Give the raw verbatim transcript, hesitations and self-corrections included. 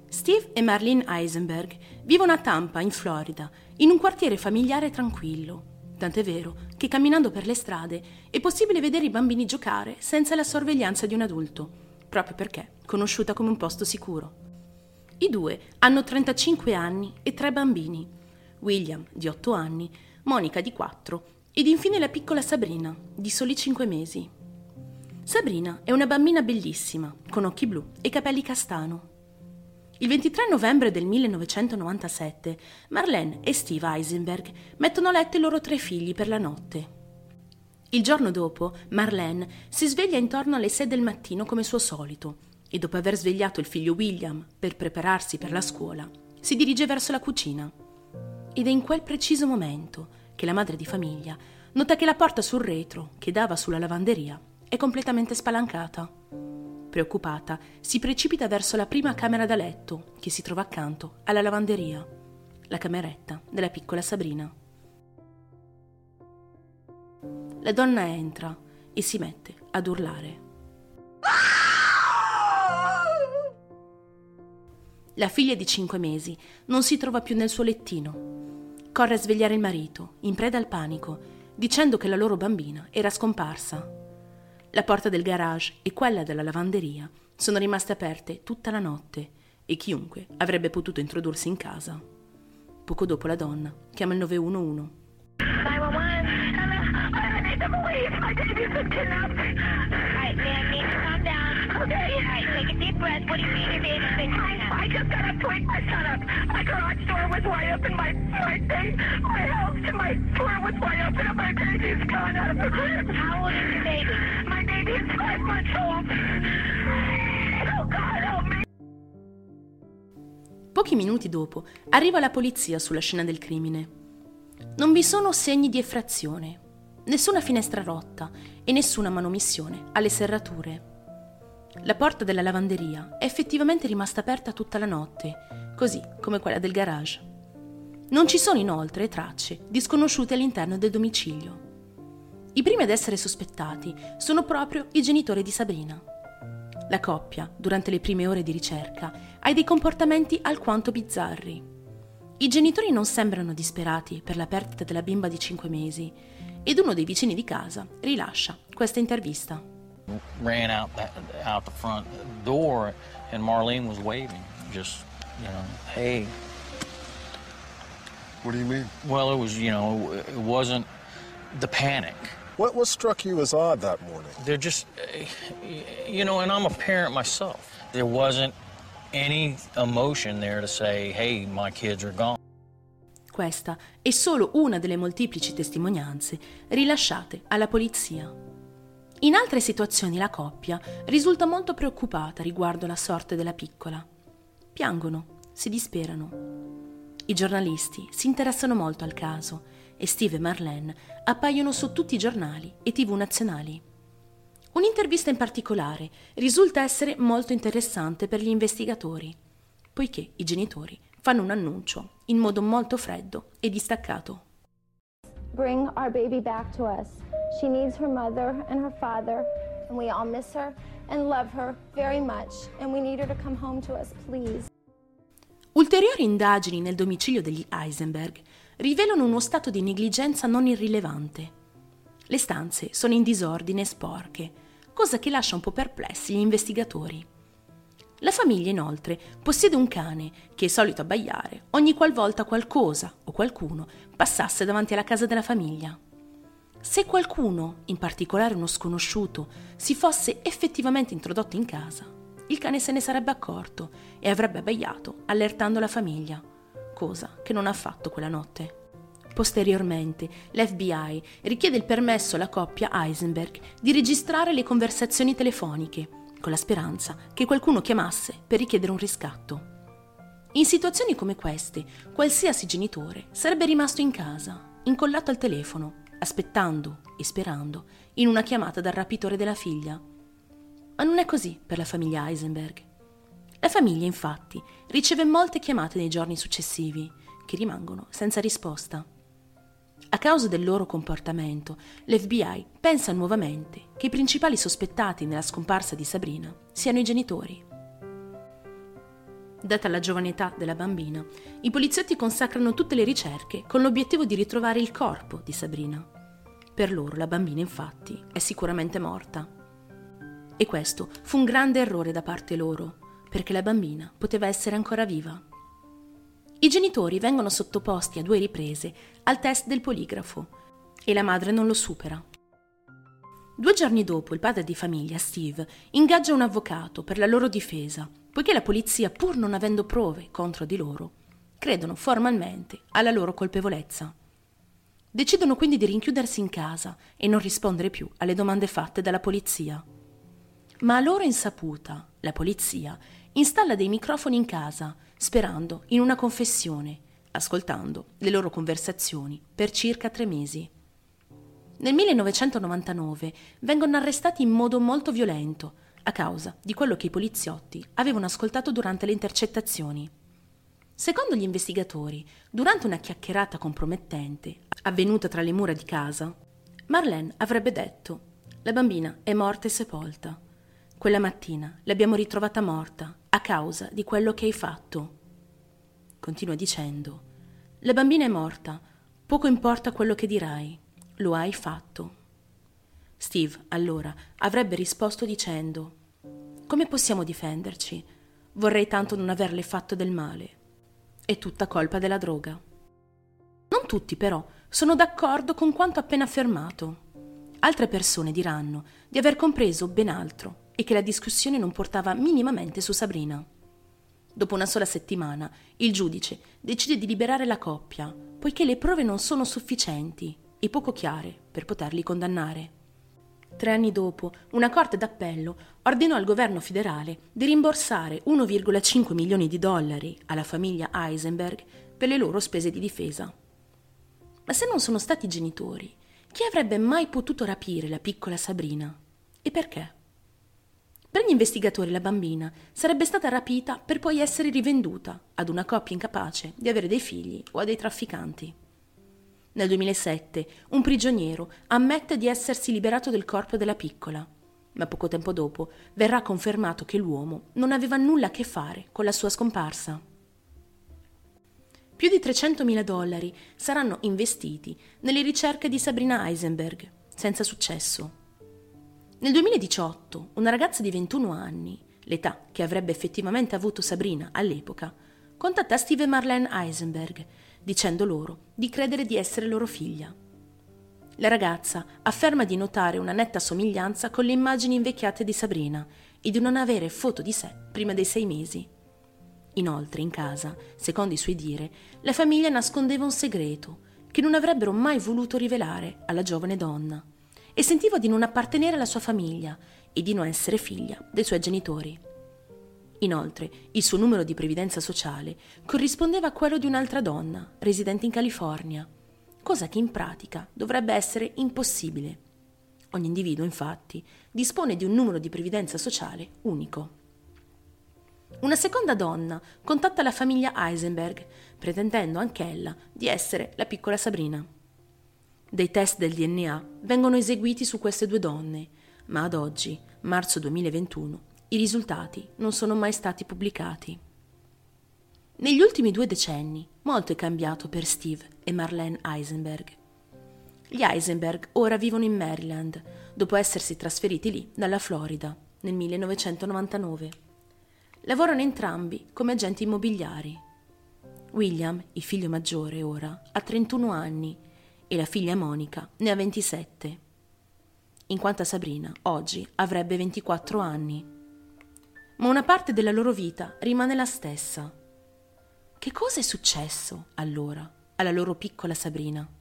Steve e Marlene Eisenberg vivono a Tampa, in Florida, in un quartiere familiare e tranquillo. Tant'è vero che camminando per le strade è possibile vedere i bambini giocare senza la sorveglianza di un adulto, proprio perché conosciuta come un posto sicuro. I due hanno trentacinque anni e tre bambini: William, di otto anni, Monica, di quattro, ed infine la piccola Sabrina, di soli cinque mesi. Sabrina è una bambina bellissima, con occhi blu e capelli castano. Il ventitré novembre del millenovecentonovantasette, Marlene e Steve Eisenberg mettono a letto i loro tre figli per la notte. Il giorno dopo, Marlene si sveglia intorno alle sei del mattino come suo solito e dopo aver svegliato il figlio William per prepararsi per la scuola, si dirige verso la cucina. Ed è in quel preciso momento che la madre di famiglia nota che la porta sul retro, che dava sulla lavanderia, è completamente spalancata. Preoccupata, si precipita verso la prima camera da letto, che si trova accanto alla lavanderia, la cameretta della piccola Sabrina. La donna entra e si mette ad urlare. La figlia di cinque mesi non si trova più nel suo lettino. Corre a svegliare il marito, in preda al panico, dicendo che la loro bambina era scomparsa. La porta del garage e quella della lavanderia sono rimaste aperte tutta la notte e chiunque avrebbe potuto introdursi in casa. Poco dopo la donna chiama il nove uno uno. Pochi minuti dopo arriva la polizia sulla scena del crimine. Non vi sono segni di effrazione, nessuna finestra rotta e nessuna manomissione alle serrature. La porta della lavanderia è effettivamente rimasta aperta tutta la notte, così come quella del garage. Non ci sono inoltre tracce di sconosciuti all'interno del domicilio. I primi ad essere sospettati sono proprio i genitori di Sabrina. La coppia, durante le prime ore di ricerca, ha dei comportamenti alquanto bizzarri. I genitori non sembrano disperati per la perdita della bimba di cinque mesi ed uno dei vicini di casa rilascia questa intervista. Ran out that, out the front door and Marlene was waving, just, you know, hey. What do you mean? Well, it was, you know, it wasn't the panic. What what struck you as odd that morning? They're just, you know, and I'm a parent myself. There wasn't any emotion there to say, hey, my kids are gone. Questa è solo una delle molteplici testimonianze rilasciate alla polizia. In altre situazioni la coppia risulta molto preoccupata riguardo la sorte della piccola. Piangono, si disperano. I giornalisti si interessano molto al caso e Steve e Marlene appaiono su tutti i giornali e tivù nazionali. Un'intervista in particolare risulta essere molto interessante per gli investigatori, poiché i genitori fanno un annuncio in modo molto freddo e distaccato. Bring our baby back to us. She needs her mother and her father, and we all miss her and love her very much, and we need her to come home to us, please. Ulteriori indagini nel domicilio degli Eisenberg rivelano uno stato di negligenza non irrilevante. Le stanze sono in disordine e sporche, cosa che lascia un po' perplessi gli investigatori. La famiglia, inoltre, possiede un cane che è solito abbaiare ogni qualvolta qualcosa o qualcuno passasse davanti alla casa della famiglia. Se qualcuno, in particolare uno sconosciuto, si fosse effettivamente introdotto in casa, il cane se ne sarebbe accorto e avrebbe abbaiato, allertando la famiglia, cosa che non ha fatto quella notte. Posteriormente, l'F B I richiede il permesso alla coppia Eisenberg di registrare le conversazioni telefoniche, con la speranza che qualcuno chiamasse per richiedere un riscatto. In situazioni come queste, qualsiasi genitore sarebbe rimasto in casa, incollato al telefono, aspettando e sperando in una chiamata dal rapitore della figlia. Ma non è così per la famiglia Eisenberg. La famiglia, infatti, riceve molte chiamate nei giorni successivi, che rimangono senza risposta. A causa del loro comportamento, l'F B I pensa nuovamente che i principali sospettati nella scomparsa di Sabrina siano i genitori. Data la giovane età della bambina, i poliziotti consacrano tutte le ricerche con l'obiettivo di ritrovare il corpo di Sabrina. Per loro la bambina, infatti, è sicuramente morta. E questo fu un grande errore da parte loro, perché la bambina poteva essere ancora viva. I genitori vengono sottoposti a due riprese al test del poligrafo e la madre non lo supera. Due giorni dopo il padre di famiglia, Steve, ingaggia un avvocato per la loro difesa, poiché la polizia, pur non avendo prove contro di loro, credono formalmente alla loro colpevolezza. Decidono quindi di rinchiudersi in casa e non rispondere più alle domande fatte dalla polizia. Ma a loro insaputa, la polizia installa dei microfoni in casa, sperando in una confessione, ascoltando le loro conversazioni per circa tre mesi. Nel millenovecentonovantanove vengono arrestati in modo molto violento a causa di quello che i poliziotti avevano ascoltato durante le intercettazioni. Secondo gli investigatori, durante una chiacchierata compromettente avvenuta tra le mura di casa, Marlene avrebbe detto: «La bambina è morta e sepolta. Quella mattina l'abbiamo ritrovata morta a causa di quello che hai fatto». Continua dicendo: «La bambina è morta, poco importa quello che dirai, lo hai fatto». Steve, allora, avrebbe risposto dicendo: «Come possiamo difenderci? Vorrei tanto non averle fatto del male. È tutta colpa della droga». Non tutti, però, sono d'accordo con quanto appena affermato. Altre persone diranno di aver compreso ben altro e che la discussione non portava minimamente su Sabrina. Dopo una sola settimana, il giudice decide di liberare la coppia, poiché le prove non sono sufficienti e poco chiare per poterli condannare. Tre anni dopo, una corte d'appello ordinò al governo federale di rimborsare uno virgola cinque milioni di dollari alla famiglia Eisenberg per le loro spese di difesa. Ma se non sono stati i genitori, chi avrebbe mai potuto rapire la piccola Sabrina? E perché? Per gli investigatori la bambina sarebbe stata rapita per poi essere rivenduta ad una coppia incapace di avere dei figli o a dei trafficanti. Nel duemilasette un prigioniero ammette di essersi liberato del corpo della piccola, ma poco tempo dopo verrà confermato che l'uomo non aveva nulla a che fare con la sua scomparsa. Più di trecentomila dollari saranno investiti nelle ricerche di Sabrina Eisenberg, senza successo. Nel duemiladiciotto una ragazza di ventuno anni, l'età che avrebbe effettivamente avuto Sabrina all'epoca, contatta Steve e Marlene Eisenberg, dicendo loro di credere di essere loro figlia. La ragazza afferma di notare una netta somiglianza con le immagini invecchiate di Sabrina e di non avere foto di sé prima dei sei mesi. Inoltre, in casa, secondo i suoi dire, la famiglia nascondeva un segreto che non avrebbero mai voluto rivelare alla giovane donna e sentiva di non appartenere alla sua famiglia e di non essere figlia dei suoi genitori. Inoltre, il suo numero di previdenza sociale corrispondeva a quello di un'altra donna, residente in California, cosa che in pratica dovrebbe essere impossibile. Ogni individuo, infatti, dispone di un numero di previdenza sociale unico. Una seconda donna contatta la famiglia Eisenberg, pretendendo anch'ella di essere la piccola Sabrina. Dei test del D N A vengono eseguiti su queste due donne, ma ad oggi, marzo duemilaventuno, i risultati non sono mai stati pubblicati. Negli ultimi due decenni, molto è cambiato per Steve e Marlene Eisenberg. Gli Eisenberg ora vivono in Maryland, dopo essersi trasferiti lì dalla Florida nel millenovecentonovantanove. Lavorano entrambi come agenti immobiliari. William, il figlio maggiore ora, ha trentuno anni e la figlia Monica ne ha ventisette, in quanto a Sabrina oggi avrebbe ventiquattro anni. Ma una parte della loro vita rimane la stessa. Che cosa è successo, allora, alla loro piccola Sabrina?